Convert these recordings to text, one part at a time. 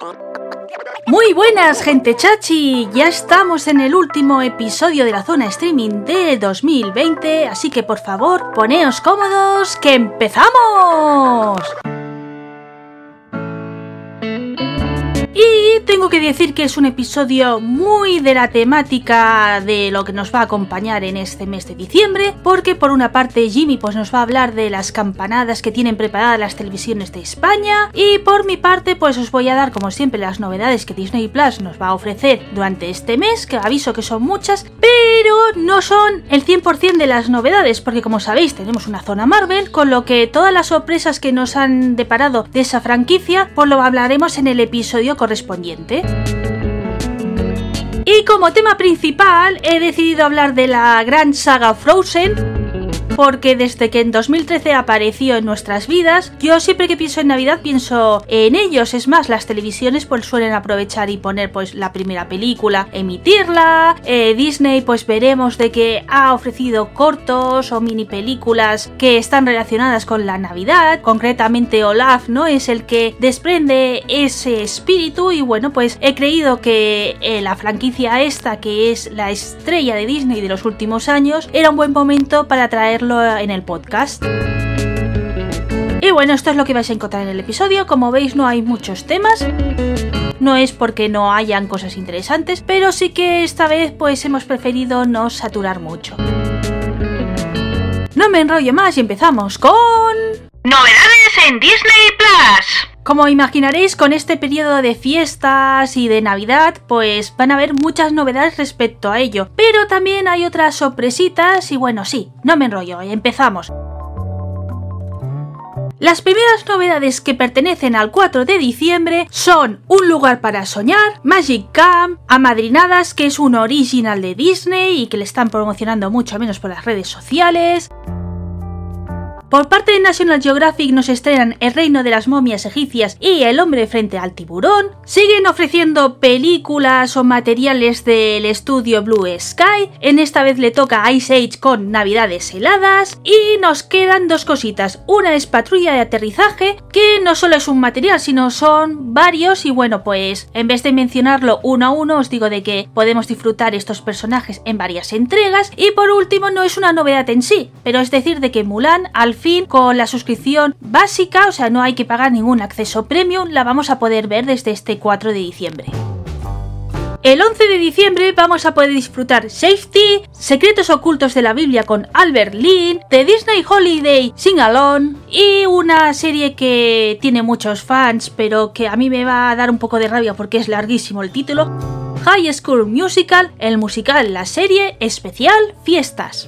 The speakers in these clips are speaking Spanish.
Muy buenas, gente chachi, ya estamos en el último episodio de la zona streaming de 2020, así que por favor, poneos cómodos, que empezamos. Y tengo que decir que es un episodio muy de la temática de lo que nos va a acompañar en este mes de diciembre, porque por una parte Jimmy pues nos va a hablar de las campanadas que tienen preparadas las televisiones de España, y por mi parte pues os voy a dar como siempre las novedades que Disney Plus nos va a ofrecer durante este mes, que aviso que son muchas, pero no son el 100% de las novedades, porque como sabéis tenemos una zona Marvel, con lo que todas las sorpresas que nos han deparado de esa franquicia pues lo hablaremos en el episodio correspondiente. Y como tema principal he decidido hablar de la gran saga Frozen, porque desde que en 2013 apareció en nuestras vidas, yo siempre que pienso en Navidad pienso en ellos. Es más, las televisiones pues suelen aprovechar y poner pues la primera película, emitirla. Disney pues veremos de que ha ofrecido cortos o mini películas que están relacionadas con la Navidad. Concretamente Olaf, ¿no?, es el que desprende ese espíritu, y bueno, pues he creído que la franquicia esta, que es la estrella de Disney de los últimos años, era un buen momento para traerlo en el podcast. Y bueno, esto es lo que vais a encontrar en el episodio. Como veis, no hay muchos temas. No es porque no hayan cosas interesantes, pero sí que esta vez pues hemos preferido no saturar mucho. No me enrollo más y empezamos con... ¡Novedades en Disney Plus! Como imaginaréis, con este periodo de fiestas y de Navidad, pues van a haber muchas novedades respecto a ello. Pero también hay otras sorpresitas y bueno, sí, no me enrollo, empezamos. Las primeras novedades que pertenecen al 4 de diciembre son Un lugar para soñar, Magic Camp, Amadrinadas, que es un original de Disney y que le están promocionando mucho menos por las redes sociales. Por parte de National Geographic nos estrenan El reino de las momias egipcias y El hombre frente al tiburón. Siguen ofreciendo películas o materiales del estudio Blue Sky. En esta vez le toca Ice Age con Navidades heladas. Y nos quedan dos cositas. Una es Patrulla de aterrizaje, que no solo es un material, sino son varios. Y bueno, pues en vez de mencionarlo uno a uno, os digo de que podemos disfrutar estos personajes en varias entregas. Y por último, no es una novedad en sí, pero es decir de que Mulan, al fin, con la suscripción básica, o sea, no hay que pagar ningún acceso premium, la vamos a poder ver desde este 4 de diciembre. El 11 de diciembre vamos a poder disfrutar Safety, Secretos ocultos de la Biblia con Albert Lin, The Disney Holiday Sing Along y una serie que tiene muchos fans, pero que a mí me va a dar un poco de rabia porque es larguísimo el título, High School Musical, el musical, la serie especial Fiestas.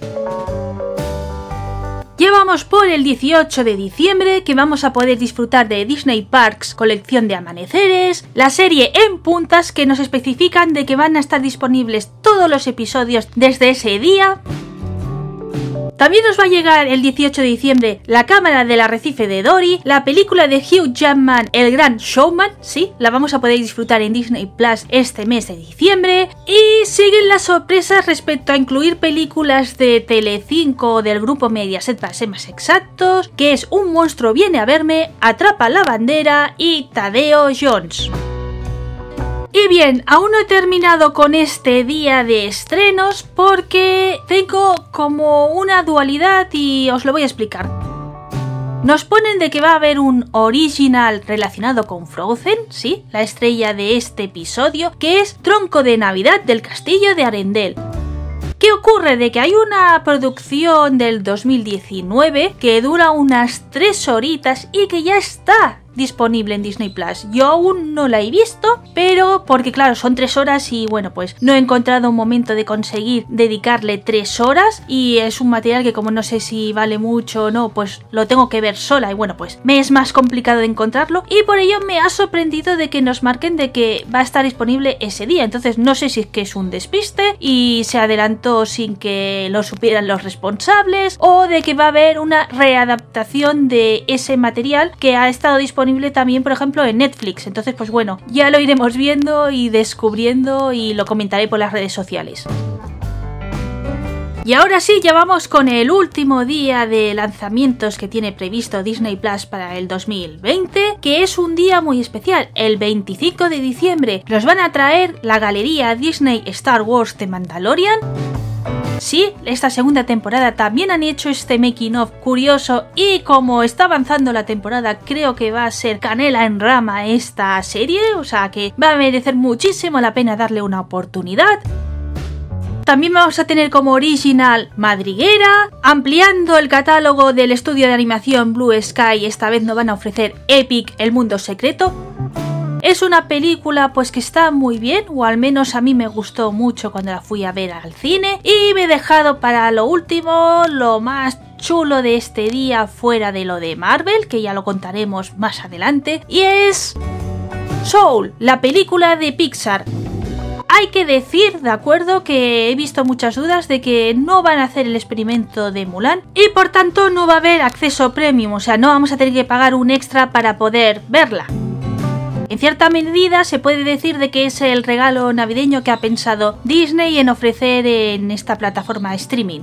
Llevamos por el 18 de diciembre, que vamos a poder disfrutar de Disney Parks Colección de Amaneceres, la serie En Puntas, que nos especifican de que van a estar disponibles todos los episodios desde ese día. También nos va a llegar el 18 de diciembre La cámara del arrecife de Dory, la película de Hugh Jackman, El gran showman, sí, la vamos a poder disfrutar en Disney Plus este mes de diciembre. Y siguen las sorpresas respecto a incluir películas de Telecinco o del grupo Mediaset para ser más exactos, que es Un monstruo viene a verme, Atrapa la bandera y Tadeo Jones. Y bien, aún no he terminado con este día de estrenos porque tengo como una dualidad y os lo voy a explicar. Nos ponen de que va a haber un original relacionado con Frozen, sí, la estrella de este episodio, que es Tronco de Navidad del Castillo de Arendelle. ¿Qué ocurre? De que hay una producción del 2019 que dura unas 3 horitas y que ya está disponible en Disney Plus. Yo aún no la he visto, pero porque claro, son 3 horas y bueno, pues no he encontrado un momento de conseguir dedicarle 3 horas y es un material que como no sé si vale mucho o no, pues lo tengo que ver sola y bueno, pues me es más complicado de encontrarlo y por ello me ha sorprendido de que nos marquen de que va a estar disponible ese día. Entonces no sé si es que es un despiste y se adelantó sin que lo supieran los responsables, o de que va a haber una readaptación de ese material que ha estado disponible también, por ejemplo, en Netflix. Entonces, pues bueno, ya lo iremos viendo y descubriendo y lo comentaré por las redes sociales. Y ahora sí, ya vamos con el último día de lanzamientos que tiene previsto Disney Plus para el 2020, que es un día muy especial. El 25 de diciembre nos van a traer la galería Disney Star Wars The Mandalorian. Sí, esta segunda temporada también han hecho este making of curioso y como está avanzando la temporada creo que va a ser canela en rama esta serie, o sea que va a merecer muchísimo la pena darle una oportunidad. También vamos a tener como original Madriguera, ampliando el catálogo del estudio de animación Blue Sky, esta vez nos van a ofrecer Epic, El Mundo Secreto. Es una película pues que está muy bien, o al menos a mí me gustó mucho cuando la fui a ver al cine, y me he dejado para lo último, lo más chulo de este día fuera de lo de Marvel, que ya lo contaremos más adelante, y es Soul, la película de Pixar. Hay que decir, de acuerdo, que he visto muchas dudas de que no van a hacer el experimento de Mulan y por tanto no va a haber acceso premium, o sea, no vamos a tener que pagar un extra para poder verla. En cierta medida se puede decir de que es el regalo navideño que ha pensado Disney en ofrecer en esta plataforma de streaming.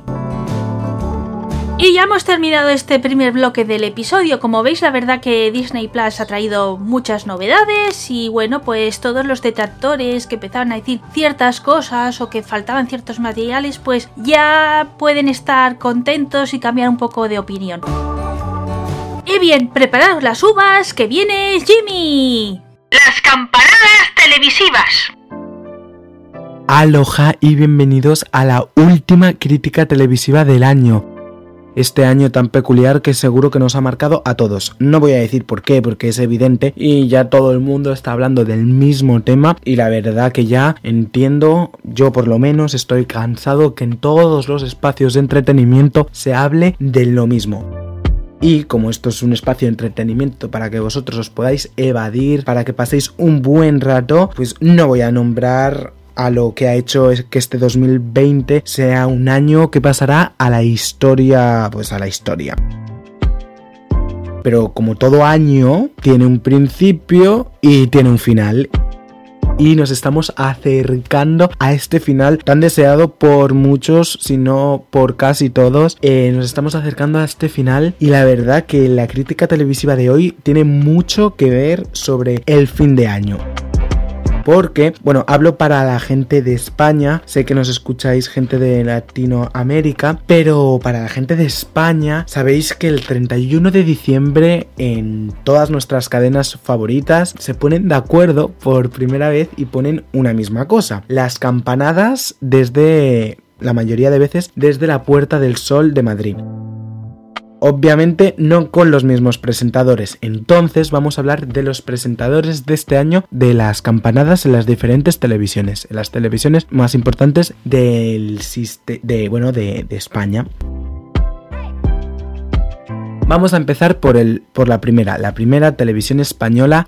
Y ya hemos terminado este primer bloque del episodio. Como veis, la verdad que Disney Plus ha traído muchas novedades y bueno, pues todos los detractores que empezaban a decir ciertas cosas o que faltaban ciertos materiales, pues ya pueden estar contentos y cambiar un poco de opinión. Y bien, preparaos las uvas, que viene Jimmy. Las campanadas televisivas. Aloha y bienvenidos a la última crítica televisiva del año. Este año tan peculiar que seguro que nos ha marcado a todos. No voy a decir por qué, porque es evidente y ya todo el mundo está hablando del mismo tema y la verdad que ya entiendo, yo por lo menos estoy cansado que en todos los espacios de entretenimiento se hable de lo mismo. Y como esto es un espacio de entretenimiento para que vosotros os podáis evadir, para que paséis un buen rato, pues no voy a nombrar a lo que ha hecho que este 2020 sea un año que pasará a la historia, pues a la historia. Pero como todo año, tiene un principio y tiene un final. Y nos estamos acercando a este final tan deseado por muchos, si no por casi todos. Nos estamos acercando a este final y la verdad que la crítica televisiva de hoy tiene mucho que ver sobre el fin de año. Porque, bueno, hablo para la gente de España, sé que nos escucháis gente de Latinoamérica, pero para la gente de España, sabéis que el 31 de diciembre en todas nuestras cadenas favoritas se ponen de acuerdo por primera vez y ponen una misma cosa. Las campanadas desde, la mayoría de veces, desde la Puerta del Sol de Madrid. Obviamente no con los mismos presentadores, entonces vamos a hablar de los presentadores de este año de las campanadas en las diferentes televisiones, en las televisiones más importantes de España. Vamos a empezar por la primera televisión española.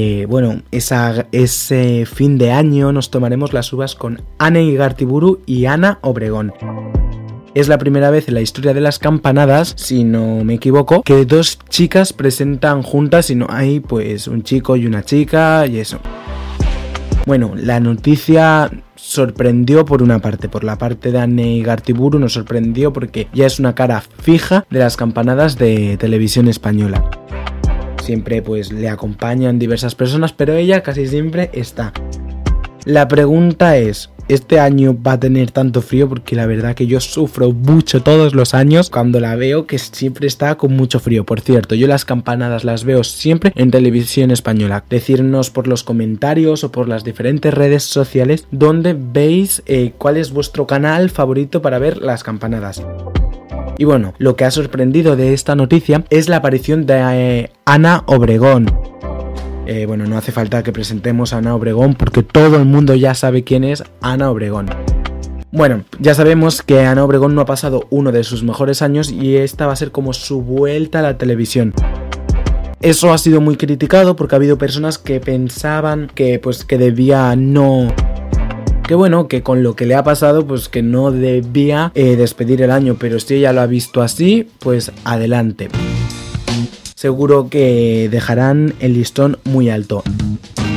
Ese fin de año nos tomaremos las uvas con Ane Igartiburu y Ana Obregón. Es la primera vez en la historia de las campanadas, si no me equivoco, que dos chicas presentan juntas y no hay pues un chico y una chica y eso. Bueno, la noticia sorprendió por una parte, por la parte de Ane Igartiburu nos sorprendió porque ya es una cara fija de las campanadas de televisión española. Siempre pues le acompañan diversas personas, pero ella casi siempre está. La pregunta es, ¿este año va a tener tanto frío? Porque la verdad que yo sufro mucho todos los años cuando la veo, que siempre está con mucho frío. Por cierto, yo las campanadas las veo siempre en televisión española. Decirnos por los comentarios o por las diferentes redes sociales donde veis cuál es vuestro canal favorito para ver las campanadas. Y bueno, lo que ha sorprendido de esta noticia es la aparición de Ana Obregón. No hace falta que presentemos a Ana Obregón porque todo el mundo ya sabe quién es Ana Obregón. Bueno, ya sabemos que Ana Obregón no ha pasado uno de sus mejores años y esta va a ser como su vuelta a la televisión. Eso ha sido muy criticado porque ha habido personas que pensaban que debía no... que con lo que le ha pasado pues que no debía despedir el año, pero si ella lo ha visto así, pues adelante. Seguro que dejarán el listón muy alto.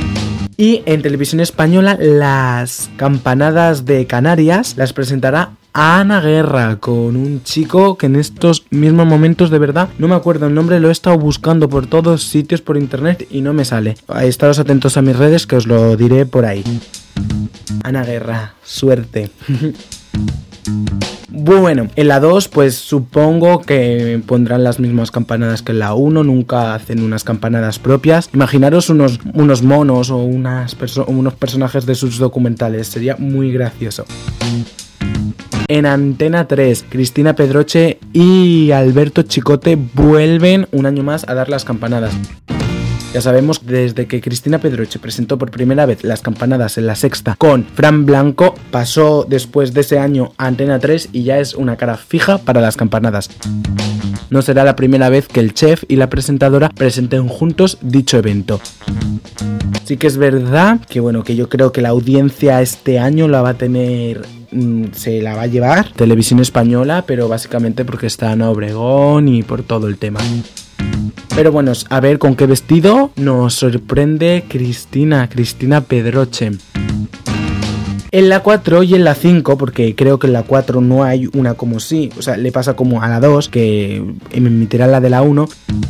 Y en televisión española las campanadas de Canarias las presentará a Ana Guerra con un chico que en estos mismos momentos, de verdad, no me acuerdo el nombre, lo he estado buscando por todos sitios por internet y no me sale. Estaros atentos a mis redes que os lo diré por ahí. Ana Guerra, suerte. Bueno, en la 2 pues supongo que pondrán las mismas campanadas que en la 1, nunca hacen unas campanadas propias. Imaginaros unos monos o unos personajes de sus documentales, sería muy gracioso. En Antena 3, Cristina Pedroche y Alberto Chicote vuelven un año más a dar las campanadas. Ya sabemos, desde que Cristina Pedroche presentó por primera vez las campanadas en La Sexta con Fran Blanco, pasó después de ese año a Antena 3 y ya es una cara fija para las campanadas. No será la primera vez que el chef y la presentadora presenten juntos dicho evento. Sí que es verdad que que yo creo que la audiencia este año la va a tener, se la va a llevar Televisión Española, pero básicamente porque está Ana Obregón y por todo el tema. Pero bueno, a ver con qué vestido nos sorprende Cristina Pedroche. En la 4 y en la 5, porque creo que en la 4 no hay una como sí, o sea, le pasa como a la 2, que me emitirá la de la 1.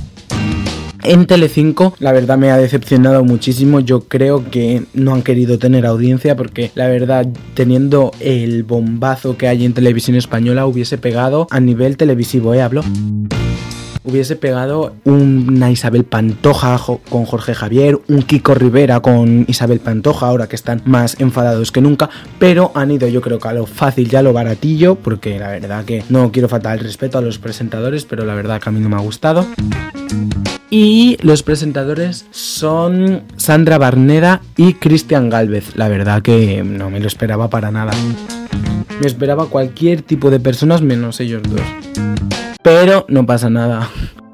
En Telecinco, la verdad me ha decepcionado muchísimo. Yo creo que no han querido tener audiencia porque la verdad, teniendo el bombazo que hay en Televisión Española, hubiese pegado a nivel televisivo, hablo. Hubiese pegado una Isabel Pantoja con Jorge Javier, un Kiko Rivera con Isabel Pantoja, ahora que están más enfadados que nunca, pero han ido yo creo que a lo fácil y a lo baratillo, porque la verdad que no quiero faltar el respeto a los presentadores, pero la verdad que a mí no me ha gustado. Y los presentadores son Sandra Barneda y Cristian Gálvez. La verdad que no me lo esperaba para nada. Me esperaba cualquier tipo de personas menos ellos dos. Pero no pasa nada.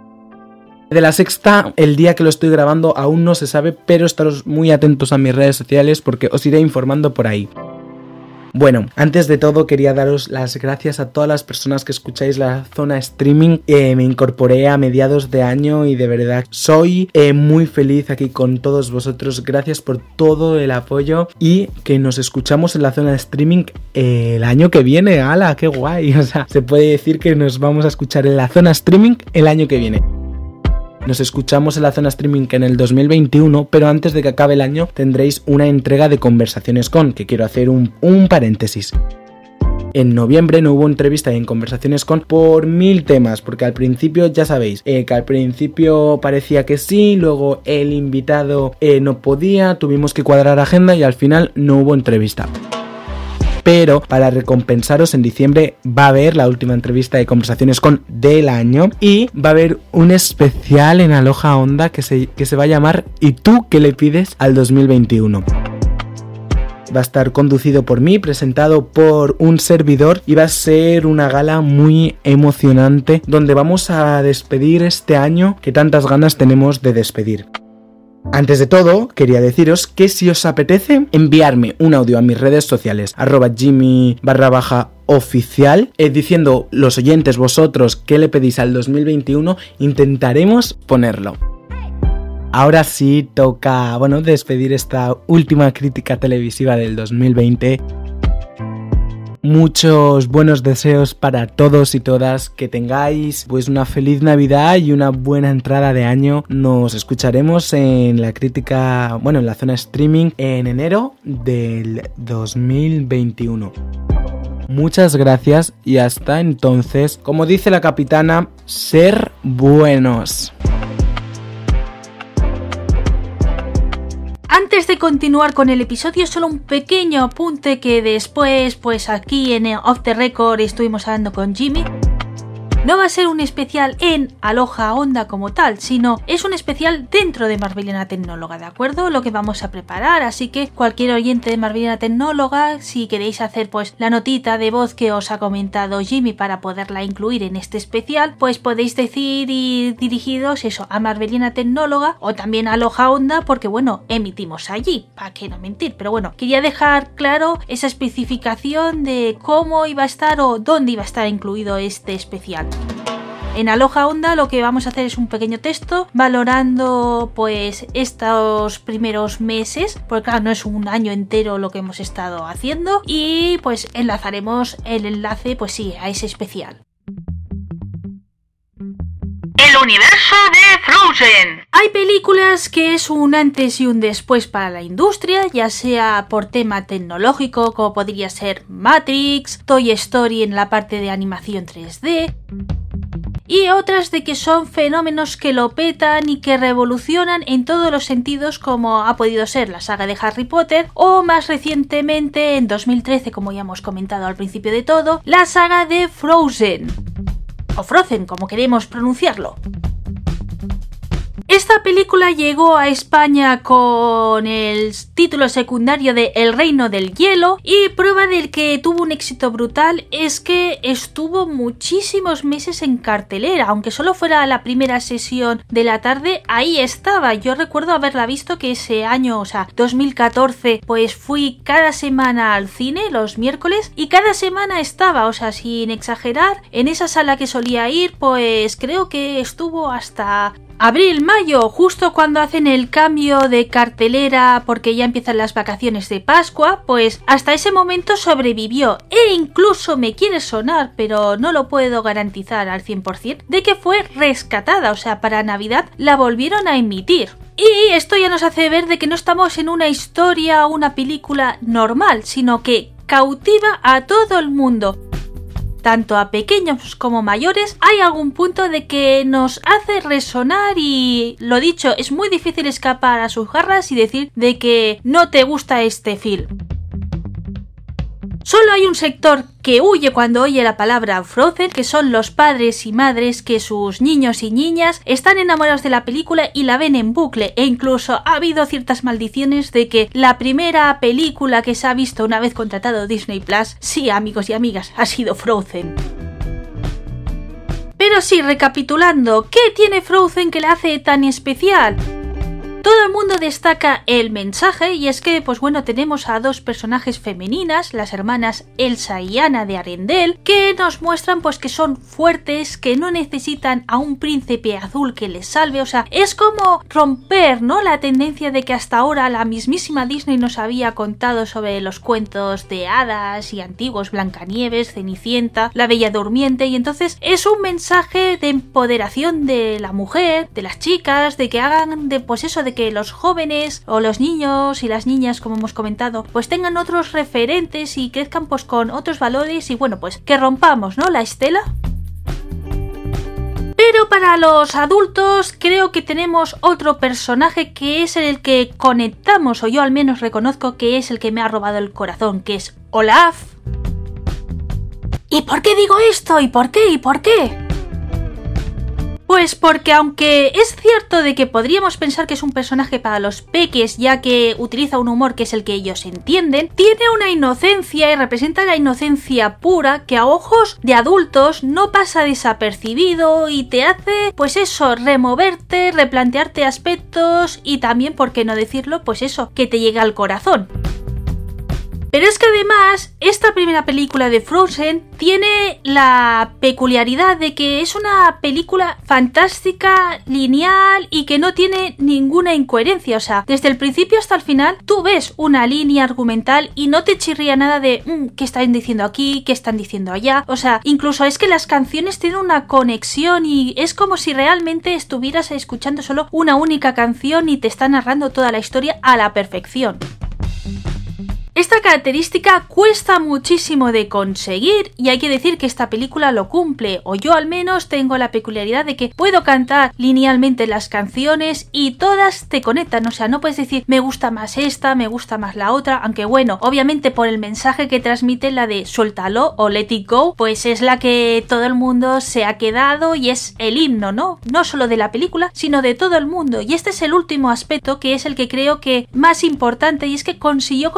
De La Sexta, el día que lo estoy grabando aún no se sabe, pero estaros muy atentos a mis redes sociales porque os iré informando por ahí. Bueno, antes de todo quería daros las gracias a todas las personas que escucháis la zona streaming. Me incorporé a mediados de año y de verdad soy muy feliz aquí con todos vosotros. Gracias por todo el apoyo y que nos escuchamos en la zona streaming el año que viene. ¡Hala! ¡Qué guay! O sea, se puede decir que nos vamos a escuchar en la zona streaming el año que viene. Nos escuchamos en la zona streaming en el 2021, pero antes de que acabe el año tendréis una entrega de Conversaciones con, que quiero hacer un paréntesis. En noviembre no hubo entrevista en Conversaciones con por 1000 temas, porque al principio ya sabéis que al principio parecía que sí, luego el invitado no podía, tuvimos que cuadrar agenda y al final no hubo entrevista. Pero para recompensaros en diciembre va a haber la última entrevista de Conversaciones con del año y va a haber un especial en Aloha Onda que se va a llamar ¿Y tú qué le pides al 2021? Va a estar conducido por mí, presentado por un servidor y va a ser una gala muy emocionante donde vamos a despedir este año que tantas ganas tenemos de despedir. Antes de todo, quería deciros que si os apetece enviarme un audio a mis redes sociales @jimmy_oficial diciendo los oyentes vosotros qué le pedís al 2021, intentaremos ponerlo. Ahora sí toca, despedir esta última crítica televisiva del 2020. Muchos buenos deseos para todos y todas, que tengáis una feliz Navidad y una buena entrada de año. Nos escucharemos en la crítica, en la zona streaming en enero del 2021. Muchas gracias y hasta entonces, como dice la capitana, ser buenos. Antes de continuar con el episodio, solo un pequeño apunte que después, aquí en Off the Record estuvimos hablando con Jimmy. No va a ser un especial en Aloha Onda como tal, sino es un especial dentro de Marvelina Tecnóloga, ¿de acuerdo? Lo que vamos a preparar, así que cualquier oyente de Marvelina Tecnóloga, si queréis hacer la notita de voz que os ha comentado Jimmy para poderla incluir en este especial, podéis decir y dirigidos a Marvelina Tecnóloga o también a Aloha Onda, porque emitimos allí, para qué no mentir, pero quería dejar claro esa especificación de cómo iba a estar o dónde iba a estar incluido este especial. En Aloha Onda lo que vamos a hacer es un pequeño texto valorando pues estos primeros meses, porque claro, no es un año entero lo que hemos estado haciendo, y pues enlazaremos el enlace pues sí, a ese especial. El universo de Frozen. Hay películas que es un antes y un después para la industria, ya sea por tema tecnológico, como podría ser Matrix, Toy Story en la parte de animación 3D, y otras de que son fenómenos que lo petan y que revolucionan en todos los sentidos, como ha podido ser la saga de Harry Potter, o más recientemente en 2013, como ya hemos comentado al principio de todo, la saga de Frozen. O Frozen, como queremos pronunciarlo. Esta película llegó a España con el título secundario de El Reino del Hielo, y prueba del que tuvo un éxito brutal es que estuvo muchísimos meses en cartelera, aunque solo fuera la primera sesión de la tarde, ahí estaba. Yo recuerdo haberla visto que ese año, o sea, 2014, pues fui cada semana al cine los miércoles y cada semana estaba, o sea, sin exagerar, en esa sala que solía ir, pues creo que estuvo hasta abril-mayo, justo cuando hacen el cambio de cartelera porque ya empiezan las vacaciones de Pascua, pues hasta ese momento sobrevivió, e incluso me quiere sonar, pero no lo puedo garantizar al 100%, de que fue rescatada, o sea, para Navidad la volvieron a emitir. Y esto ya nos hace ver de que no estamos en una historia o una película normal, sino que cautiva a todo el mundo. Tanto a pequeños como mayores, hay algún punto de que nos hace resonar y, lo dicho, es muy difícil escapar a sus garras y decir de que no te gusta este film. Solo hay un sector que huye cuando oye la palabra Frozen, que son los padres y madres que sus niños y niñas están enamorados de la película y la ven en bucle, e incluso ha habido ciertas maldiciones de que la primera película que se ha visto una vez contratado Disney Plus, sí, amigos y amigas, ha sido Frozen. Pero sí, recapitulando, ¿qué tiene Frozen que la hace tan especial? Todo el mundo destaca el mensaje, y es que, pues bueno, tenemos a dos personajes femeninas, las hermanas Elsa y Anna de Arendelle, que nos muestran pues que son fuertes, que no necesitan a un príncipe azul que les salve, o sea, es como romper, ¿no?, la tendencia de que hasta ahora la mismísima Disney nos había contado sobre los cuentos de hadas y antiguos, Blancanieves, Cenicienta, La Bella Durmiente, y entonces es un mensaje de empoderación de la mujer, de las chicas, de que hagan de, pues eso, de que los jóvenes o los niños y las niñas, como hemos comentado, pues tengan otros referentes y crezcan pues con otros valores, y bueno, pues que rompamos, ¿no?, la estela. Pero para los adultos creo que tenemos otro personaje que es el que conectamos, o yo al menos reconozco que es el que me ha robado el corazón, que es Olaf. ¿Y por qué digo esto? ¿Y por qué? ¿Y por qué? Pues porque aunque es cierto de que podríamos pensar que es un personaje para los peques, ya que utiliza un humor que es el que ellos entienden, tiene una inocencia y representa la inocencia pura que a ojos de adultos no pasa desapercibido y te hace, pues eso, removerte, replantearte aspectos y también, por qué no decirlo, pues eso, que te llega al corazón. Pero es que además, esta primera película de Frozen tiene la peculiaridad de que es una película fantástica, lineal y que no tiene ninguna incoherencia. O sea, desde el principio hasta el final, tú ves una línea argumental y no te chirría nada de ¿qué están diciendo aquí? ¿Qué están diciendo allá? O sea, incluso es que las canciones tienen una conexión y es como si realmente estuvieras escuchando solo una única canción y te está narrando toda la historia a la perfección. Esta característica cuesta muchísimo de conseguir y hay que decir que esta película lo cumple, o yo al menos tengo la peculiaridad de que puedo cantar linealmente las canciones y todas te conectan, o sea, no puedes decir me gusta más esta, me gusta más la otra, aunque bueno, obviamente por el mensaje que transmite la de suéltalo o let it go, pues es la que todo el mundo se ha quedado y es el himno, ¿no? No solo de la película, sino de todo el mundo, y este es el último aspecto que es el que creo que más importante, y es que consiguió conectar con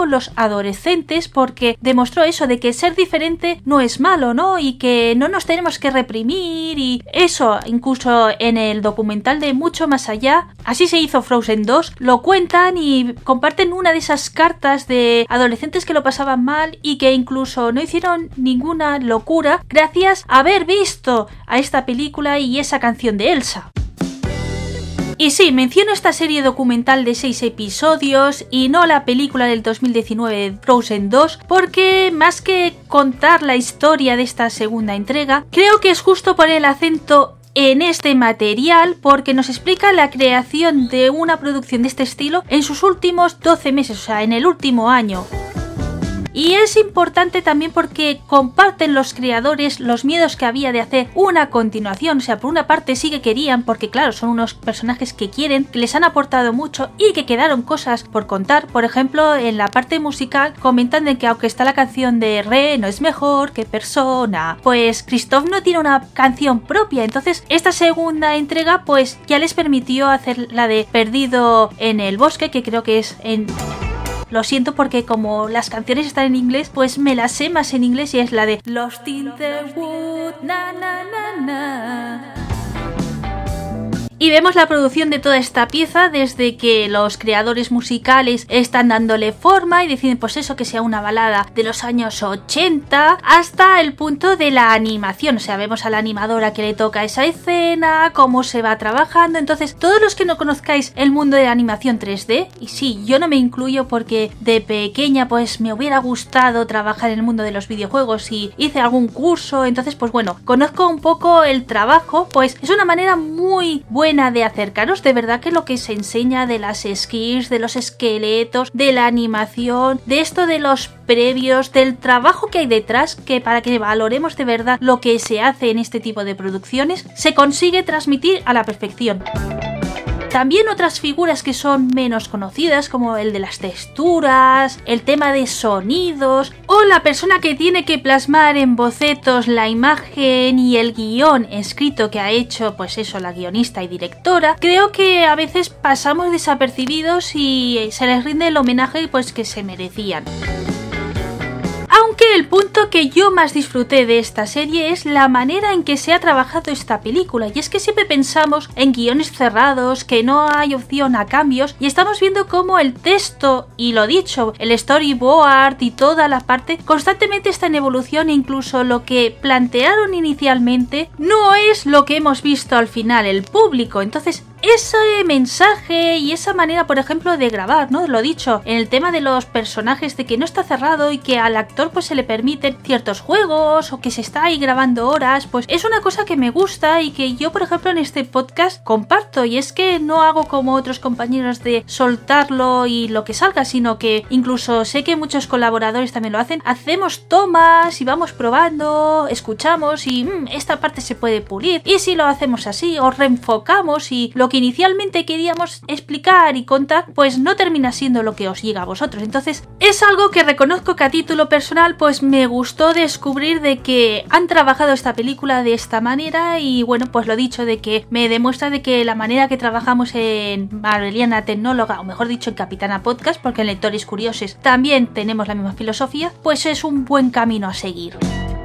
los adolescentes, porque demostró eso de que ser diferente no es malo, ¿no? Y que no nos tenemos que reprimir y eso, incluso en el documental de Mucho Más Allá, así se hizo Frozen 2, lo cuentan y comparten una de esas cartas de adolescentes que lo pasaban mal y que incluso no hicieron ninguna locura gracias a haber visto a esta película y esa canción de Elsa. Y sí, menciono esta serie documental de 6 episodios y no la película del 2019 Frozen 2 porque más que contar la historia de esta segunda entrega, creo que es justo poner el acento en este material porque nos explica la creación de una producción de este estilo en sus últimos 12 meses, o sea, en el último año. Y es importante también porque comparten los creadores los miedos que había de hacer una continuación. O sea, por una parte sí que querían, porque claro, son unos personajes que quieren, que les han aportado mucho y que quedaron cosas por contar. Por ejemplo, en la parte musical comentan de que aunque está la canción de Re, no es mejor que Persona, pues Kristoff no tiene una canción propia. Entonces, esta segunda entrega pues ya les permitió hacer la de Perdido en el Bosque, que creo que es en... Lo siento porque como las canciones están en inglés, pues me las sé más en inglés y es la de Lost in the Wood, na na na na. Y vemos la producción de toda esta pieza desde que los creadores musicales están dándole forma y deciden pues eso, que sea una balada de los años 80 hasta el punto de la animación. O sea, vemos a la animadora que le toca esa escena, cómo se va trabajando. Entonces, todos los que no conozcáis el mundo de la animación 3D, y sí, yo no me incluyo porque de pequeña pues me hubiera gustado trabajar en el mundo de los videojuegos y hice algún curso, entonces pues bueno, conozco un poco el trabajo, pues es una manera muy buena de acercaros de verdad que lo que se enseña de las skills, de los esqueletos, de la animación, de esto de los previos, del trabajo que hay detrás, que para que valoremos de verdad lo que se hace en este tipo de producciones, se consigue transmitir a la perfección. También otras figuras que son menos conocidas, como el de las texturas, el tema de sonidos, o la persona que tiene que plasmar en bocetos la imagen y el guión escrito que ha hecho, pues eso, la guionista y directora. Creo que a veces pasamos desapercibidos y se les rinde el homenaje pues que se merecían. Aunque el punto que yo más disfruté de esta serie es la manera en que se ha trabajado esta película, y es que siempre pensamos en guiones cerrados, que no hay opción a cambios, y estamos viendo cómo el texto y lo dicho, el storyboard y toda la parte constantemente está en evolución, e incluso lo que plantearon inicialmente no es lo que hemos visto al final el público. Entonces ese mensaje y esa manera, por ejemplo, de grabar, ¿no? Lo dicho, en el tema de los personajes, de que no está cerrado y que al actor pues se le permiten ciertos juegos o que se está ahí grabando horas, pues es una cosa que me gusta y que yo, por ejemplo, en este podcast comparto, y es que no hago como otros compañeros de soltarlo y lo que salga, sino que incluso sé que muchos colaboradores también lo hacen, hacemos tomas y vamos probando, escuchamos y esta parte se puede pulir, y si lo hacemos así o reenfocamos y lo que inicialmente queríamos explicar y contar pues no termina siendo lo que os llega a vosotros. Entonces es algo que reconozco que a título personal pues me gustó descubrir de que han trabajado esta película de esta manera, y bueno, pues lo dicho, de que me demuestra de que la manera que trabajamos en Marveliana Tecnóloga, o mejor dicho en Capitana Podcast, porque en Lectores Curiosos también tenemos la misma filosofía, pues es un buen camino a seguir.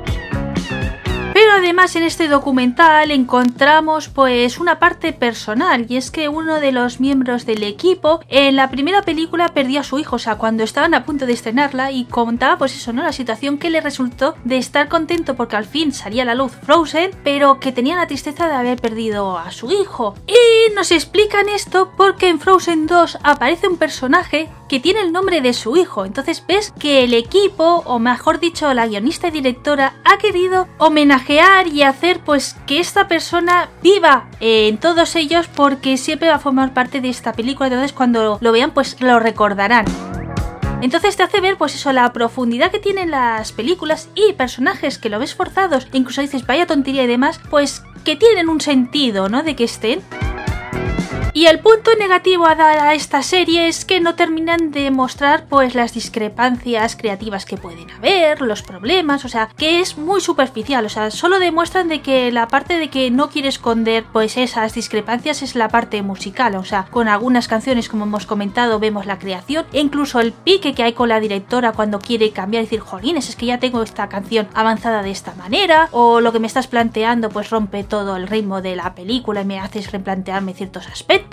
Pero además en este documental encontramos pues una parte personal, y es que uno de los miembros del equipo en la primera película perdió a su hijo, o sea, cuando estaban a punto de estrenarla, y contaba pues eso, ¿no? La situación que le resultó de estar contento porque al fin salía a la luz Frozen, pero que tenía la tristeza de haber perdido a su hijo. Y nos explican esto porque en Frozen 2 aparece un personaje que tiene el nombre de su hijo. Entonces ves que el equipo, o mejor dicho la guionista y directora, ha querido homenajear y hacer pues que esta persona viva en todos ellos, porque siempre va a formar parte de esta película. Entonces cuando lo vean pues lo recordarán. Entonces te hace ver pues eso, la profundidad que tienen las películas y personajes que lo ves forzados, e incluso dices vaya tontería y demás, pues que tienen un sentido, ¿no? De que estén. Y el punto negativo a dar a esta serie es que no terminan de mostrar pues las discrepancias creativas que pueden haber, los problemas, o sea, que es muy superficial, o sea, solo demuestran de que la parte de que no quiere esconder pues esas discrepancias es la parte musical, o sea, con algunas canciones como hemos comentado vemos la creación e incluso el pique que hay con la directora cuando quiere cambiar y decir, jolines, es que ya tengo esta canción avanzada de esta manera, o lo que me estás planteando pues rompe todo el ritmo de la película y me haces replantearme ciertos aspectos.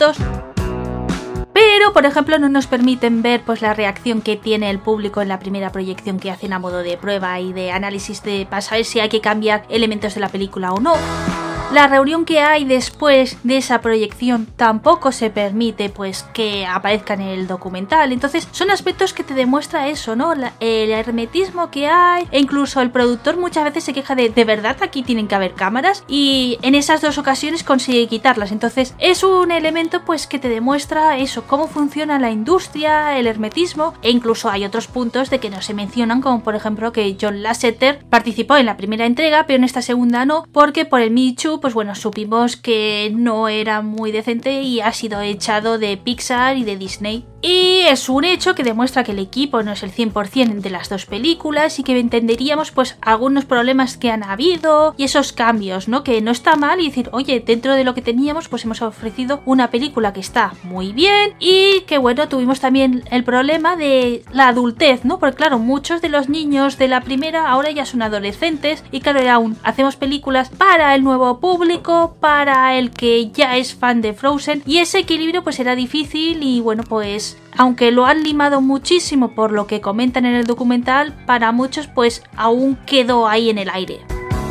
Pero, por ejemplo, no nos permiten ver pues la reacción que tiene el público en la primera proyección que hacen a modo de prueba y de análisis para saber si hay que cambiar elementos de la película o no. La reunión que hay después de esa proyección tampoco se permite pues que aparezca en el documental. Entonces son aspectos que te demuestra eso, ¿no? El hermetismo que hay, e incluso el productor muchas veces se queja de verdad aquí tienen que haber cámaras, y en esas dos ocasiones consigue quitarlas. Entonces es un elemento pues que te demuestra eso, cómo funciona la industria, el hermetismo, e incluso hay otros puntos de que no se mencionan, como por ejemplo que John Lasseter participó en la primera entrega pero en esta segunda no, porque por el Me Too pues bueno, supimos que no era muy decente y ha sido echado de Pixar y de Disney. Y es un hecho que demuestra que el equipo no es el 100% de las dos películas y que entenderíamos pues algunos problemas que han habido y esos cambios, ¿no? Que no está mal y decir, oye, dentro de lo que teníamos pues hemos ofrecido una película que está muy bien y que bueno, tuvimos también el problema de la adultez, ¿no? Porque claro, muchos de los niños de la primera ahora ya son adolescentes y claro, aún hacemos películas para el nuevo público, para el que ya es fan de Frozen, y ese equilibrio pues era difícil y bueno, pues aunque lo han limado muchísimo por lo que comentan en el documental, para muchos pues aún quedó ahí en el aire.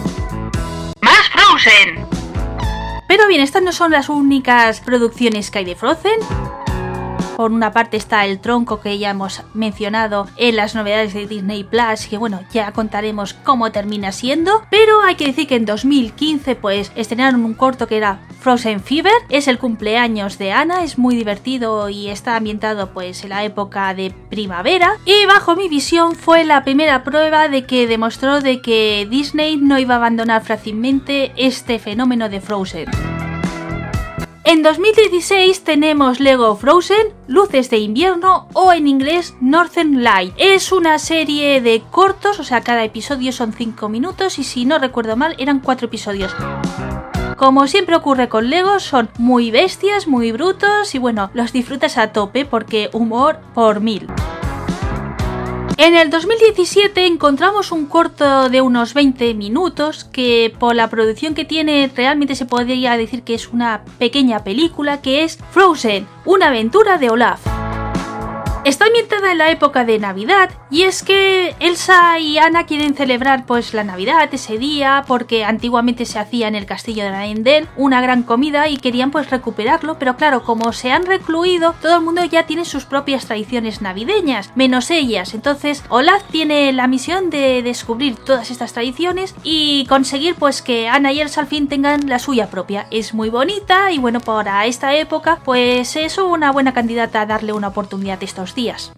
¡Más Frozen! Pero bien, estas no son las únicas producciones que hay de Frozen. Por una parte está el tronco que ya hemos mencionado en las novedades de Disney Plus, que bueno, ya contaremos cómo termina siendo, pero hay que decir que en 2015 pues estrenaron un corto que era Frozen Fever, es el cumpleaños de Anna, es muy divertido y está ambientado pues en la época de primavera, y bajo mi visión fue la primera prueba de que demostró de que Disney no iba a abandonar fácilmente este fenómeno de Frozen. En 2016 tenemos Lego Frozen, Luces de Invierno, o en inglés Northern Light. Es una serie de cortos, o sea, cada episodio son 5 minutos y si no recuerdo mal eran 4 episodios. Como siempre ocurre con Lego, son muy bestias, muy brutos y bueno, los disfrutas a tope porque humor por 1000. En el 2017 encontramos un corto de unos 20 minutos que por la producción que tiene realmente se podría decir que es una pequeña película, que es Frozen, una aventura de Olaf. Está ambientada en la época de Navidad y es que Elsa y Anna quieren celebrar pues la Navidad ese día porque antiguamente se hacía en el castillo de Arendelle una gran comida y querían pues recuperarlo, pero claro, como se han recluido, todo el mundo ya tiene sus propias tradiciones navideñas, menos ellas. Entonces Olaf tiene la misión de descubrir todas estas tradiciones y conseguir pues que Anna y Elsa al fin tengan la suya propia. Es muy bonita y bueno, para esta época pues es una buena candidata a darle una oportunidad estos días.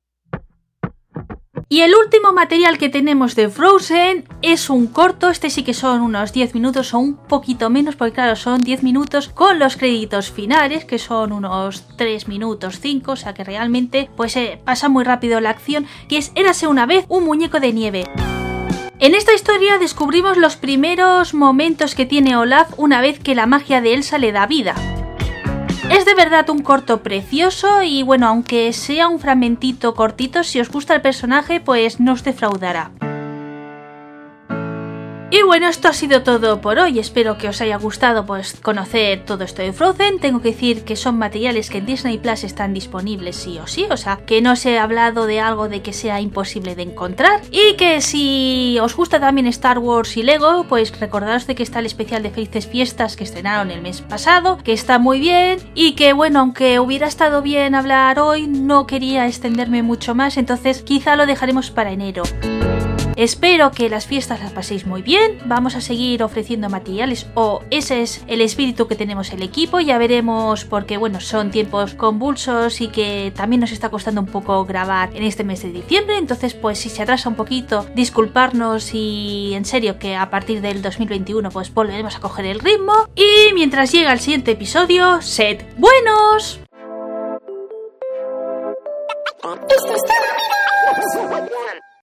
Y el último material que tenemos de Frozen es un corto, este sí que son unos 10 minutos o un poquito menos, porque claro, son 10 minutos con los créditos finales, que son unos 3 minutos 5, o sea que realmente pues pasa muy rápido la acción, que es Érase una vez un muñeco de nieve. En esta historia descubrimos los primeros momentos que tiene Olaf una vez que la magia de Elsa le da vida. Es de verdad un corto precioso y bueno, aunque sea un fragmentito cortito, si os gusta el personaje pues no os defraudará. Y bueno, esto ha sido todo por hoy, espero que os haya gustado pues conocer todo esto de Frozen. Tengo que decir que son materiales que en Disney Plus están disponibles sí o sí, o sea que no os he hablado de algo de que sea imposible de encontrar, y que si os gusta también Star Wars y Lego, pues recordaros de que está el especial de Felices Fiestas que estrenaron el mes pasado, que está muy bien, y que bueno, aunque hubiera estado bien hablar hoy, no quería extenderme mucho más, entonces quizá lo dejaremos para enero. Espero que las fiestas las paséis muy bien. Vamos a seguir ofreciendo materiales, o ese es el espíritu que tenemos el equipo. Ya veremos, porque bueno, son tiempos convulsos y que también nos está costando un poco grabar en este mes de diciembre. Entonces pues si se atrasa un poquito, disculparnos, y en serio que a partir del 2021 pues volveremos a coger el ritmo. Y mientras llega el siguiente episodio, sed buenos. Esto está